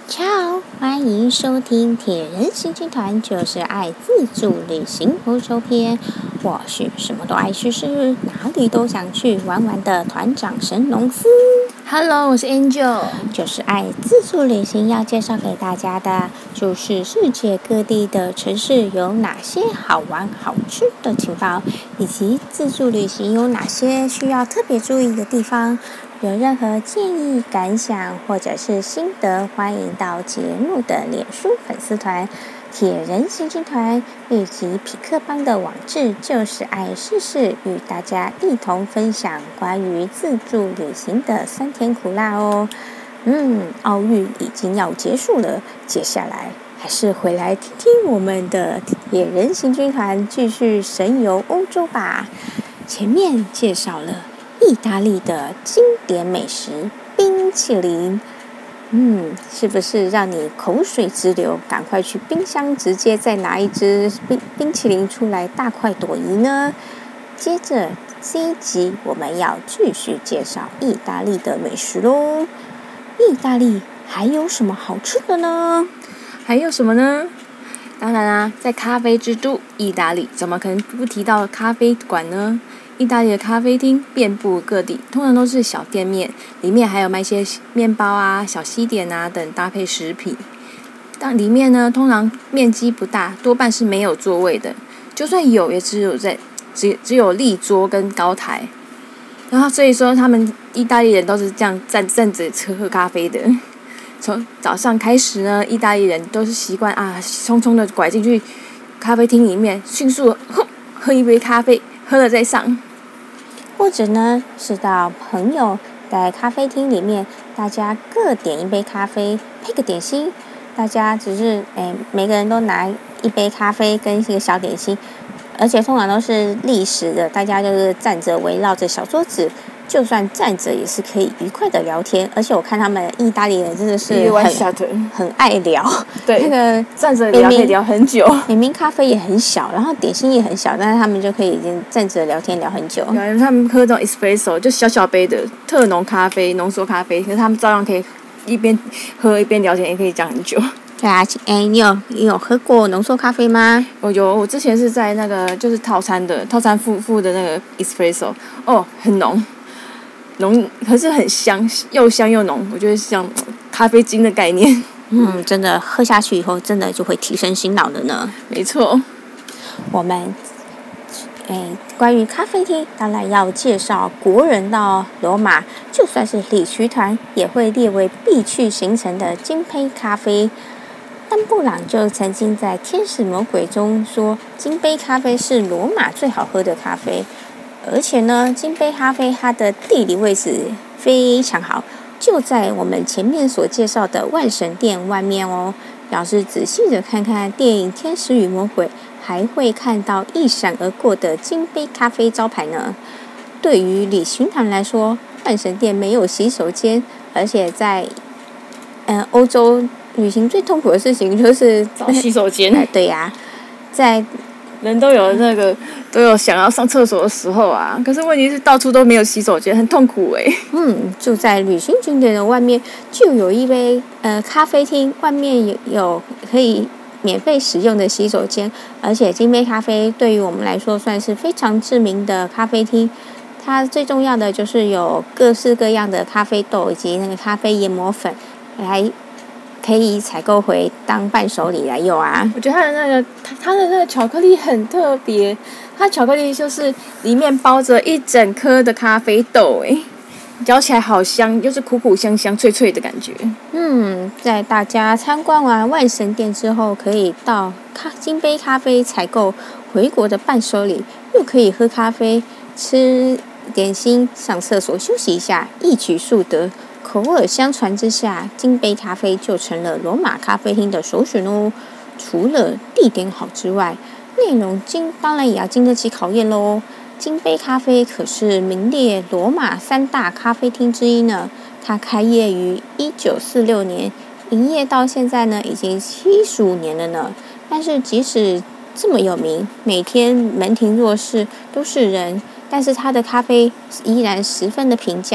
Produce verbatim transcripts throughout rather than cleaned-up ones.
Ciao，欢迎收听铁人行军团，就是爱自助旅行欧洲篇。我是什么都爱试试，哪里都想去玩玩的团长神农斯。 Hello， 我是 Angel， 就是爱自助旅行要介绍给大家的，就是世界各地的城市有哪些好玩好吃的情报，以及自助旅行有哪些需要特别注意的地方。有任何建议、感想或者是心得，欢迎到节目的脸书粉丝团铁人行军团以及匹克邦的网志就是爱试试，与大家一同分享关于自助旅行的酸甜苦辣哦。嗯，奥运已经要结束了，接下来还是回来听听我们的铁人行军团继续神游欧洲吧。前面介绍了意大利的经典美食冰淇淋，嗯，是不是让你口水直流？赶快去冰箱直接再拿一支冰冰淇淋出来大快朵颐呢？接着这一集我们要继续介绍意大利的美食咯。意大利还有什么好吃的呢？ 还有什么呢？当然啊，在咖啡之都意大利，怎么可能不提到咖啡馆呢？意大利的咖啡厅遍布各地，通常都是小店面，里面还有卖一些面包啊、小西点啊等搭配食品。但里面呢，通常面积不大，多半是没有座位的，就算有，也只有在只只有立桌跟高台。然后所以说，他们意大利人都是这样站站着喝咖啡的。从早上开始呢，意大利人都是习惯啊，匆匆的拐进去咖啡厅里面，迅速喝喝一杯咖啡，喝了再上。 或者呢，是到朋友在咖啡厅里面，大家各点一杯咖啡，配个点心，大家只是诶，每个人都拿一杯咖啡跟一个小点心，而且通常都是立食的，大家就是站着围绕着小桌子，就算站着也是可以愉快的聊天。而且我看他们意大利人真的是很很爱聊， 对， 那个站着聊可以聊很久。 明明咖啡也很小，然后点心也很小，但是他们就可以已经站着聊天聊很久。 对，他们喝这种 espresso 就小小杯的特浓咖啡、浓缩咖啡，可是他们照样可以一边喝一边聊天，也可以讲很久。 对啊，哎，你有你有喝过浓缩咖啡吗？ 我有，我之前是在那个就是套餐的套餐附附的那个 espresso， 哦，很浓，浓可是很香，又香又浓，我觉得像咖啡精的概念。 嗯，真的喝下去以后，真的就会提神醒脑的呢。 没错， 我们哎，关于咖啡厅，当然要介绍国人到罗马，就算是旅行团也会列为必去行程的金杯咖啡。丹布朗就曾经在《天使魔鬼》中说，金杯咖啡是罗马最好喝的咖啡。而且呢，金杯咖啡它的地理位置非常好，就在我们前面所介绍的万神殿外面哦。要是仔细的看看电影《天使与魔鬼》，还会看到一闪而过的金杯咖啡招牌呢。对于旅行团来说，万神殿没有洗手间，而且在嗯欧洲旅行最痛苦的事情就是找洗手间。 哎，对呀、啊，在人都有那个都有想要上厕所的时候啊，可是问题是到处都没有洗手间，很痛苦哎、欸。 嗯，住在旅行景点的外面就有一杯呃咖啡厅，外面有有可以免费使用的洗手间，而且金杯咖啡对于我们来说算是非常知名的咖啡厅。它最重要的就是有各式各样的咖啡豆以及那个咖啡研磨粉，来可以采购回当伴手礼来用啊。 我觉得它的那个它它的那个巧克力很特别，它巧克力就是里面包着一整颗的咖啡豆哎。嚼起来好香，又是苦苦香香、脆脆的感觉。 嗯，在大家参观完万神殿之后，可以到咖金杯咖啡采购回国的伴手礼，又可以喝咖啡、吃点心、上厕所休息一下，一举数得。口耳相传之下，金杯咖啡就成了罗马咖啡厅的首选哦。除了地点好之外，内容经当然也要经得起考验喽。金杯咖啡可是名列罗马三大咖啡厅之一呢。它开业于一九四六年，营业到现在呢已经七十五年了呢。但是即使这么有名，每天门庭若市，都是人，但是它的咖啡依然十分的平价，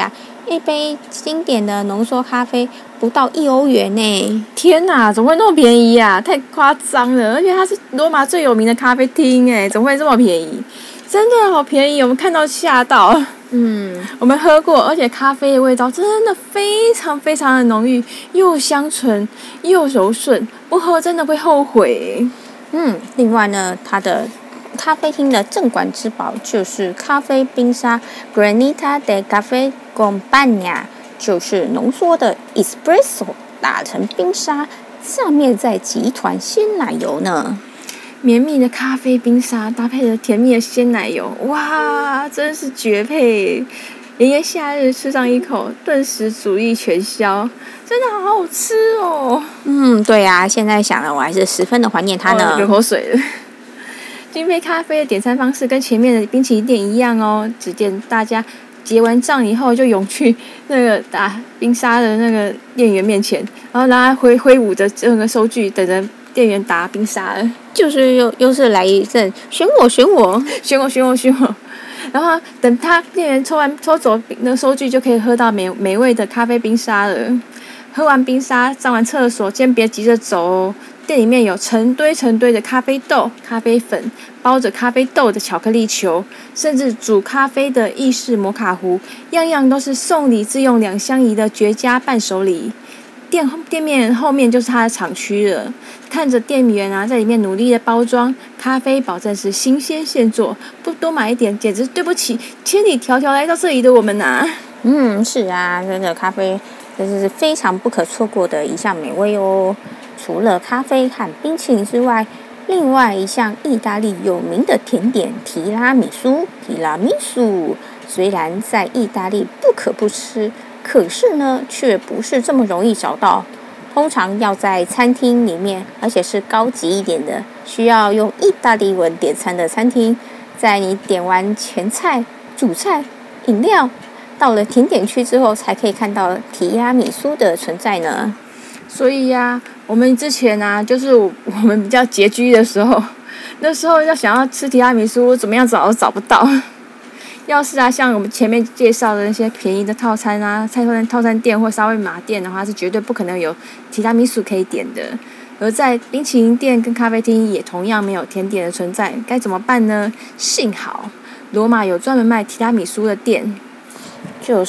一杯经典的浓缩咖啡不到一欧元呢！ 天哪，怎么会那么便宜啊？太夸张了！而且它是罗马最有名的咖啡厅，哎，怎么会这么便宜？真的好便宜，我们看到吓到。 嗯， 我们喝过，而且咖啡的味道真的非常非常的浓郁，又香醇又柔顺，不喝真的会后悔。 嗯，另外呢，它的咖啡厅的镇馆之宝就是咖啡冰沙 Granita de Cafe Compagnia， 就是浓缩的 espresso 打成冰沙，上面再挤一团鲜奶油呢。 绵密的咖啡冰沙搭配着甜蜜的鲜奶油，哇，真是绝配！炎炎夏日吃上一口，顿时主意全消，真的好好吃哦。 嗯，对呀、啊，现在想了，我还是十分的怀念它呢。 哦、流口水了。金杯咖啡的点餐方式跟前面的冰淇淋店一样哦，只见大家结完账以后就涌去那个打冰沙的那个店员面前，然后拿挥挥舞着这个收据，等着店员打冰沙了。 就是又又是来一阵选我选我选我选我选我，然后等他店员抽完抽走那个收据，就可以喝到美美味的咖啡冰沙了。喝完冰沙，上完厕所，先别急着走哦。店里面有成堆成堆的咖啡豆、咖啡粉，包着咖啡豆的巧克力球，甚至煮咖啡的意式摩卡壶，样样都是送礼自用两相宜的绝佳伴手礼。店店面后面就是它的厂区了，看着店员啊在里面努力的包装咖啡，保证是新鲜现做，不多买一点简直对不起千里迢迢来到这里的我们啊。 嗯，是啊，真的咖啡这是非常不可错过的一项美味哦。除了咖啡和冰淇淋之外，另外一项意大利有名的甜点提拉米苏，提拉米苏虽然在意大利不可不吃，可是呢，却不是这么容易找到。通常要在餐厅里面，而且是高级一点的，需要用意大利文点餐的餐厅，在你点完前菜、主菜、饮料，到了甜点区之后，才可以看到提拉米苏的存在呢。 所以呀、啊，我们之前啊，就是我们比较拮据的时候，那时候要想要吃提拉米苏，怎么样找都找不到。要是啊，像我们前面介绍的那些便宜的套餐啊，菜单套餐店或沙威玛店的话，是绝对不可能有提拉米苏可以点的。而在冰淇淋店跟咖啡厅也同样没有甜点的存在，该怎么办呢？幸好罗马有专门卖提拉米苏的店， 就是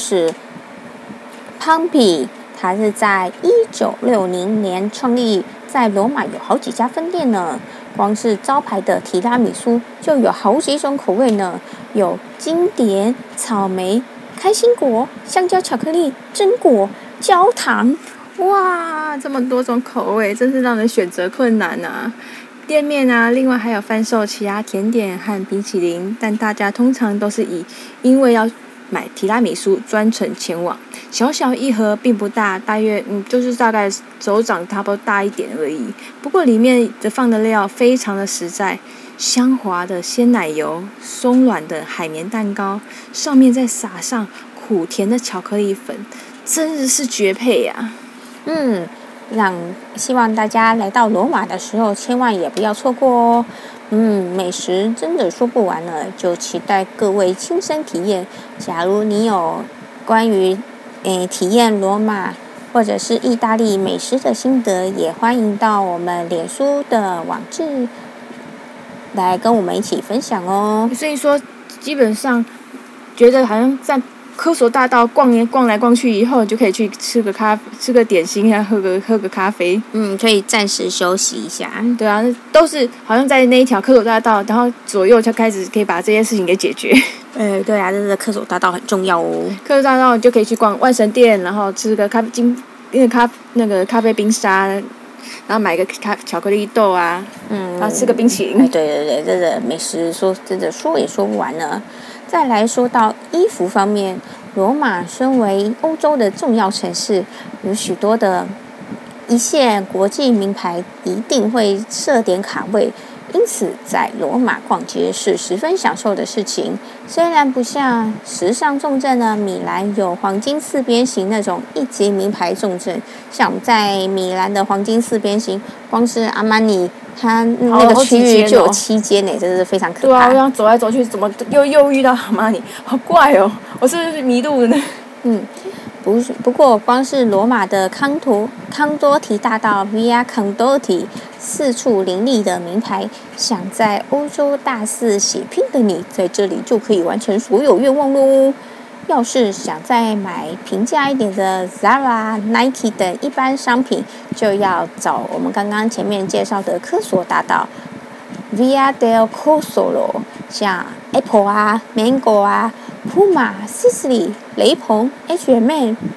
Pompi， 它是在一九六零年创立，在罗马有好几家分店呢。光是招牌的提拉米苏就有好几种口味呢，有经典、草莓、开心果、香蕉巧克力、榛果、焦糖。 哇，这么多种口味，真是让人选择困难啊！店面啊，另外还有贩售其他甜点和冰淇淋，但大家通常都是以因为要买提拉米苏专程前往。小小一盒并不大，大约嗯就是大概手掌差不多大一点而已。不过里面的放的料非常的实在，香滑的鲜奶油，松软的海绵蛋糕，上面再撒上苦甜的巧克力粉，真的是绝配呀、啊！ 嗯，让希望大家来到罗马的时候，千万也不要错过哦。嗯，美食真的说不完了，就期待各位亲身体验。假如你有关于诶体验罗马或者是意大利美食的心得，也欢迎到我们脸书的网志来跟我们一起分享哦。 所以说，基本上觉得好像在科索大道逛一逛来逛去以后，就可以去吃个咖吃个点心啊，喝个喝个咖啡。 嗯，可以暂时休息一下。 对啊，都是好像在那一条科索大道，然后左右就开始可以把这件事情给解决。 呃，对啊，这是科索大道很重要哦。 科索大道就可以去逛万神殿，然后吃个咖啡金那个咖那个咖啡冰沙，然后买个咖巧克力豆啊，嗯，然后吃个冰淇淋。 哎，对对对，这个美食说真的说也说不完呢。再来说到衣服方面，罗马身为欧洲的重要城市，有许多的一线国际名牌一定会设点卡位，因此在罗马逛街是十分享受的事情。虽然不像时尚重镇呢，米兰有黄金四边形那种一级名牌重镇，像在米兰的黄金四边形，光是阿玛尼它那个区域就有七间呢，真的是非常可怕。 对啊，我想走来走去，怎么又又遇到阿玛尼，好怪哦！我是不是迷路了呢？ 嗯，不是，不过光是罗马的康托康多提大道 Via Condotti 四处林立的名牌，想在欧洲大肆血拼的你，在这里就可以完成所有愿望喽。要是想再买平价一点的 Zara、Nike 等一般商品，就要找我们刚刚前面介绍的科索大道 Via del Corso， 像 Apple 啊、Mango 啊、Puma、Sisley、雷朋、H and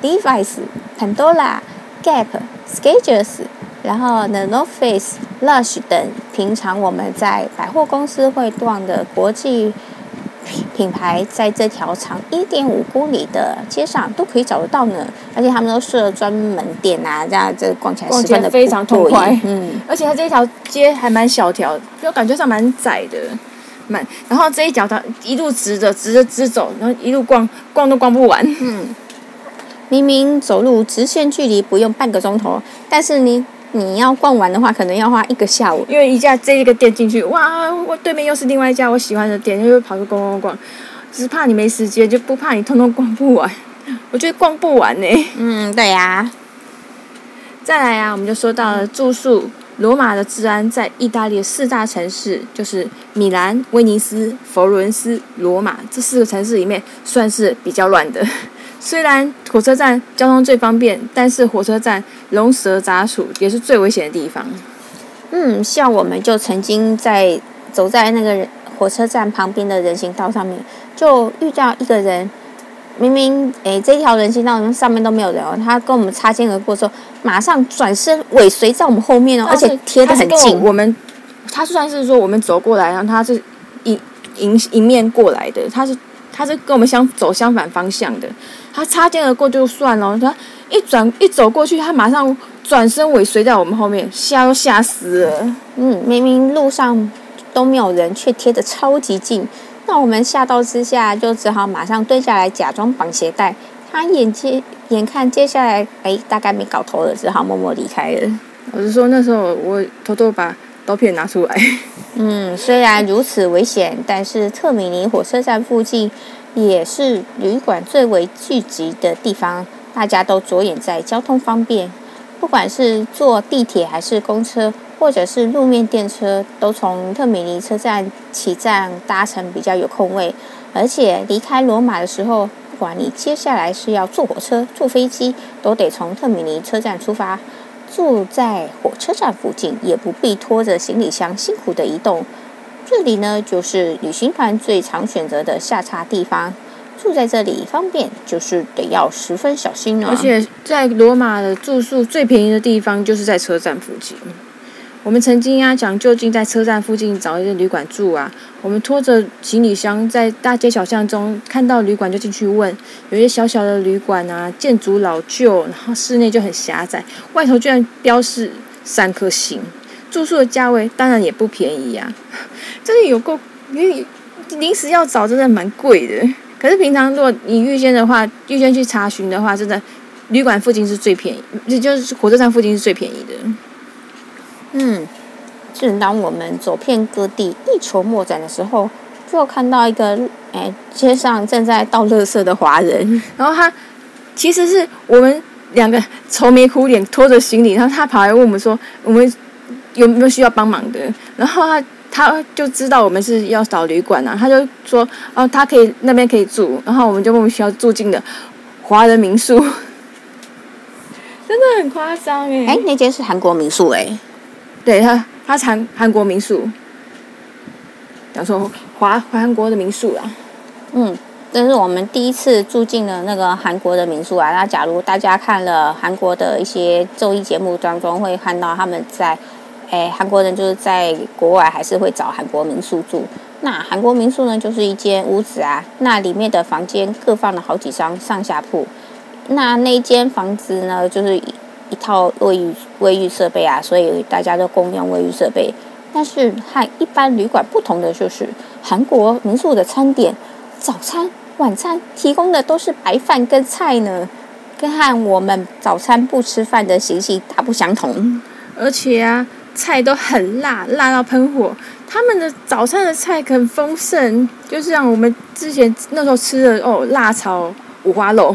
M、Levi's、Pandora、Gap、Skechers， 然后 The North Face、Lush 等平常我们在百货公司会逛的国际品牌，在这条长 一点五公里的街上都可以找得到呢。而且他们都设了专门店啊，这样这逛起来十分的非常痛快。 嗯， 而且它这一条街还蛮小条，就感觉上蛮窄的。蛮，然后这一条它一路直着直着直走，然后一路逛逛都逛不完。 嗯，明明走路直线距离不用半个钟头，但是你你要逛完的话，可能要花一个下午。 因为一家这一个店进去，哇，我对面又是另外一家我喜欢的店，又跑去逛逛逛，只是怕你没时间，就不怕你通通逛不完。我觉得逛不完呢、欸。 嗯，对呀、啊。 再来啊，我们就说到了住宿。罗马的治安在意大利的四大城市，就是米兰、威尼斯、佛罗伦斯、罗马这四个城市里面，算是比较乱的。虽然火车站交通最方便，但是火车站龙蛇杂处，也是最危险的地方。 嗯，像我们就曾经在走在那个火车站旁边的人行道上面，就遇到一个人。明明诶，这条人行道上面都没有人哦，他跟我们擦肩而过之后，马上转身尾随在我们后面哦，而且贴得很近。 我们，他算是说我们走过来，然后他是迎迎迎面过来的，他是他是跟我们相走相反方向的。他擦肩而过就算了，他一转一走过去，他马上转身尾随在我们后面，吓都吓死了。 嗯，明明路上都没有人，却贴得超级近。那我们吓到之下，就只好马上蹲下来假装绑鞋带。他眼接眼看接下来，哎，大概没搞头了，只好默默离开了。 我是说那时候我偷偷把刀片拿出来。 嗯，虽然如此危险，但是特米尼火车站附近也是旅馆最为聚集的地方，大家都着眼在交通方便，不管是坐地铁还是公车。或者是路面电车，都从特米尼车站起站搭乘比较有空位，而且离开罗马的时候，不管你接下来是要坐火车、坐飞机，都得从特米尼车站出发。住在火车站附近，也不必拖着行李箱辛苦的移动。这里呢，就是旅行团最常选择的下榻地方。住在这里方便，就是得要十分小心了。 而且在罗马的住宿最便宜的地方，就是在车站附近。我们曾经啊讲究竟在车站附近找一个旅馆住啊，我们拖着行李箱在大街小巷中看到旅馆就进去问，有一些小小的旅馆啊，建筑老旧，然后室内就很狭窄，外头居然标示三颗星，住宿的价位当然也不便宜啊，真的有够，临时要找真的蛮贵的。可是平常如果你预先的话，预先去查询的话，真的旅馆附近是最便宜，就是火车站附近是最便宜的。 嗯，正当我们走遍各地一筹莫展的时候，就看到一个哎街上正在倒垃圾的华人， 然后他其实是我们两个愁眉苦脸拖着行李，然后他跑来问我们说我们有没有需要帮忙的，然后他他就知道我们是要找旅馆啊，他就说哦他可以那边可以住，然后我们就莫名其妙住进了华人民宿，真的很夸张哎！ 哎，那间是韩国民宿哎。 对他，他是韩韩国民宿，讲说华韩国的民宿啦。 嗯，这是我们第一次住进了那个韩国的民宿啊。那假如大家看了韩国的一些综艺节目当中，会看到他们在，哎，韩国人就是在国外还是会找韩国民宿住。那韩国民宿呢，就是一间屋子啊，那里面的房间各放了好几张上下铺。那那一间房子呢，就是一一套卫浴卫浴设备啊，所以大家都共用卫浴设备。但是和一般旅馆不同的就是，韩国民宿的餐点早餐、晚餐提供的都是白饭跟菜呢，跟和我们早餐不吃饭的形式大不相同。 而且啊，菜都很辣，辣到喷火。他们的早餐的菜很丰盛，就是像我们之前那时候吃的哦，辣炒五花肉。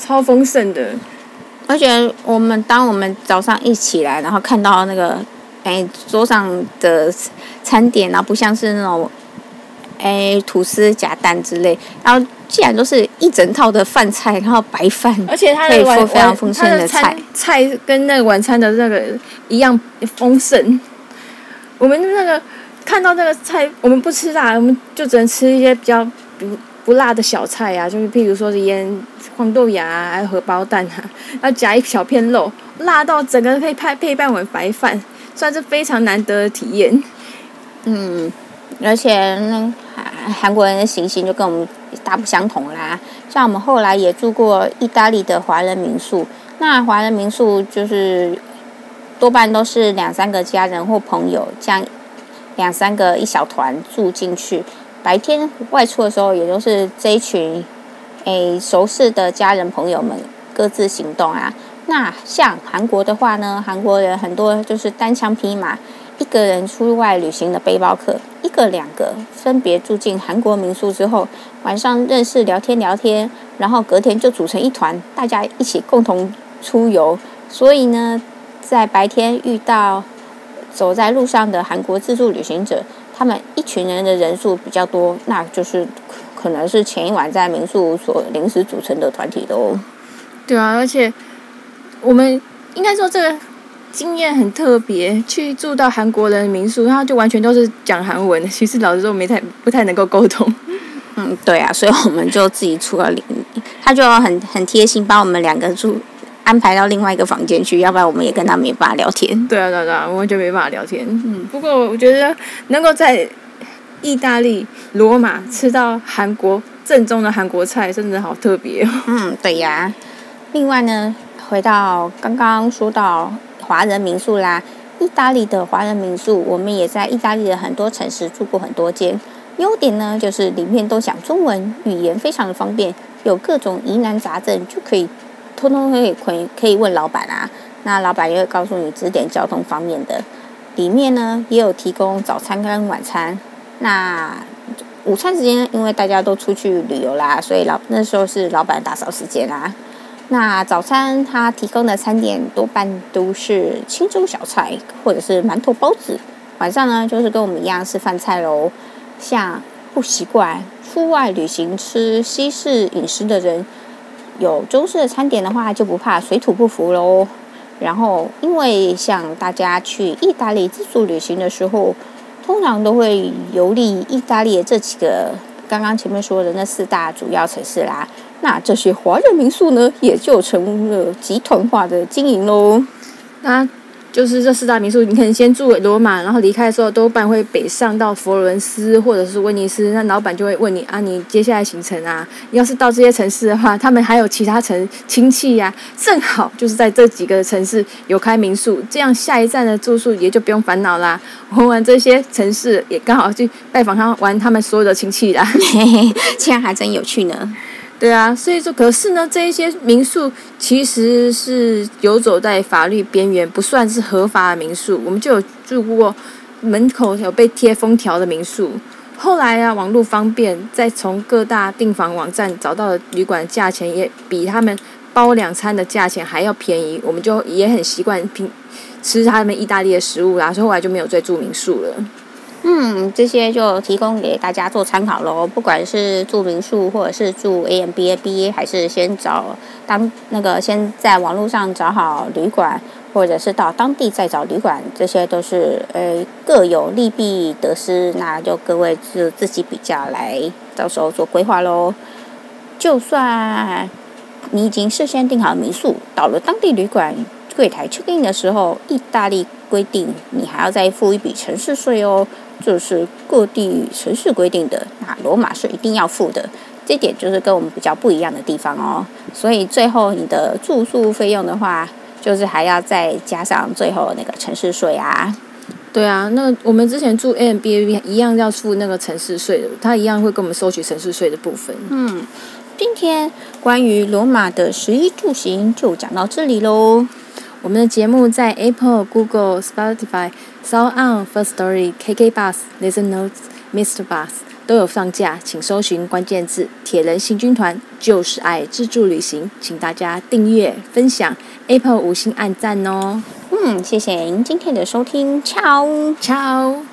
超丰盛的。 而且我们当我们早上一起来，然后看到那个哎桌上的餐点，然后不像是那种哎吐司夹蛋之类，然后既然都是一整套的饭菜，然后白饭， 而且它的可以非常丰盛的菜， 菜跟那个晚餐的那个一样丰盛。我们那个看到那个菜，我们不吃辣，我们就只能吃一些比较不不辣的小菜啊，就是譬如说是腌黄豆芽啊，还有荷包蛋啊，要夹一小片肉，辣到整个可以配配半碗白饭，算是非常难得的体验。 嗯，而且那韩国人的习性就跟我们大不相同啦。像我们后来也住过意大利的华人民宿，那华人民宿就是多半都是两三个家人或朋友，这样两三个一小团住进去。白天外出的时候，也都是这一群诶熟识的家人朋友们各自行动啊。那像韩国的话呢，韩国人很多就是单枪匹马，一个人出外旅行的背包客，一个两个分别住进韩国民宿之后，晚上认识聊天聊天，然后隔天就组成一团，大家一起共同出游。所以呢，在白天遇到走在路上的韩国自助旅行者，他们一群人的人数比较多，那就是可能是前一晚在民宿所临时组成的团体咯。 对啊，而且我们应该说这个经验很特别，去住到韩国人的民宿，他就完全都是讲韩文，其实老实说没太不太能够沟通。 嗯，对啊，所以我们就自己出了领，他就很很贴心，把我们两个住安排到另外一个房间去，要不然我们也跟他没办法聊天。 对啊，对啊，对啊，我完全没办法聊天。嗯，不过我觉得能够在意大利罗马吃到韩国正宗的韩国菜，真的好特别哦。 嗯，对呀。另外呢，回到刚刚说到华人民宿啦，意大利的华人民宿，我们也在意大利的很多城市住过很多间。优点呢，就是里面都讲中文，语言非常的方便，有各种疑难杂症就可以通通可以可以可以问老板啊，那老板也会告诉你指点交通方面的。里面呢也有提供早餐跟晚餐，那午餐时间因为大家都出去旅游啦，所以老那时候是老板打扫时间啦。那早餐他提供的餐点多半都是清粥小菜或者是馒头包子，晚上呢就是跟我们一样是饭菜咯。像不习惯出外旅行吃西式饮食的人，有中式的餐点的话就不怕水土不服咯。然后因为像大家去意大利自助旅行的时候，通常都会游历意大利的这几个刚刚前面说的那四大主要城市啦，那这些华人民宿呢也就成了集团化的经营咯。 那就是这四大民宿，你可能先住罗马，然后离开的时候多半会北上到佛罗伦斯或者是威尼斯，那老板就会问你啊，你接下来行程啊，要是到这些城市的话，他们还有其他城亲戚呀、啊，正好就是在这几个城市有开民宿，这样下一站的住宿也就不用烦恼啦。玩完这些城市，也刚好去拜访他玩他们所有的亲戚啦。 嘿嘿，这样还真有趣呢。 对啊，所以说，可是呢，这一些民宿其实是游走在法律边缘，不算是合法的民宿。我们就有住过门口有被贴封条的民宿。后来啊，网络方便，再从各大订房网站找到的旅馆价钱也比他们包两餐的价钱还要便宜，我们就也很习惯平吃他们意大利的食物啦，所以后来就没有再住民宿了。 嗯，这些就提供给大家做参考咯。不管是住民宿，或者是住 A M B A B， 还是先找当那个先在网络上找好旅馆，或者是到当地再找旅馆，这些都是呃各有利弊得失，那就各位就自己比较来，到时候做规划咯。就算你已经事先订好民宿，到了当地旅馆柜台 check in 的时候，意大利规定你还要再付一笔城市税哦，这是各地城市规定的，那罗马是一定要付的，这点就是跟我们比较不一样的地方哦。所以最后你的住宿费用的话，就是还要再加上最后那个城市税啊。 对啊，那我们之前住 A M B A B 一样要付那个城市税的，他一样会跟我们收取城市税的部分。 嗯，今天关于罗马的食衣住行就讲到这里咯。 我们的节目在 Apple、Google、Spotify、Sound On、First Story、K K Bus、Listen Notes、Mister Bus 都都有上架，请搜寻关键字铁人行军团就是爱自助旅行，请大家订阅分享 Apple 五星按赞哦。 嗯，谢谢您今天的收听，Ciao。 Ciao。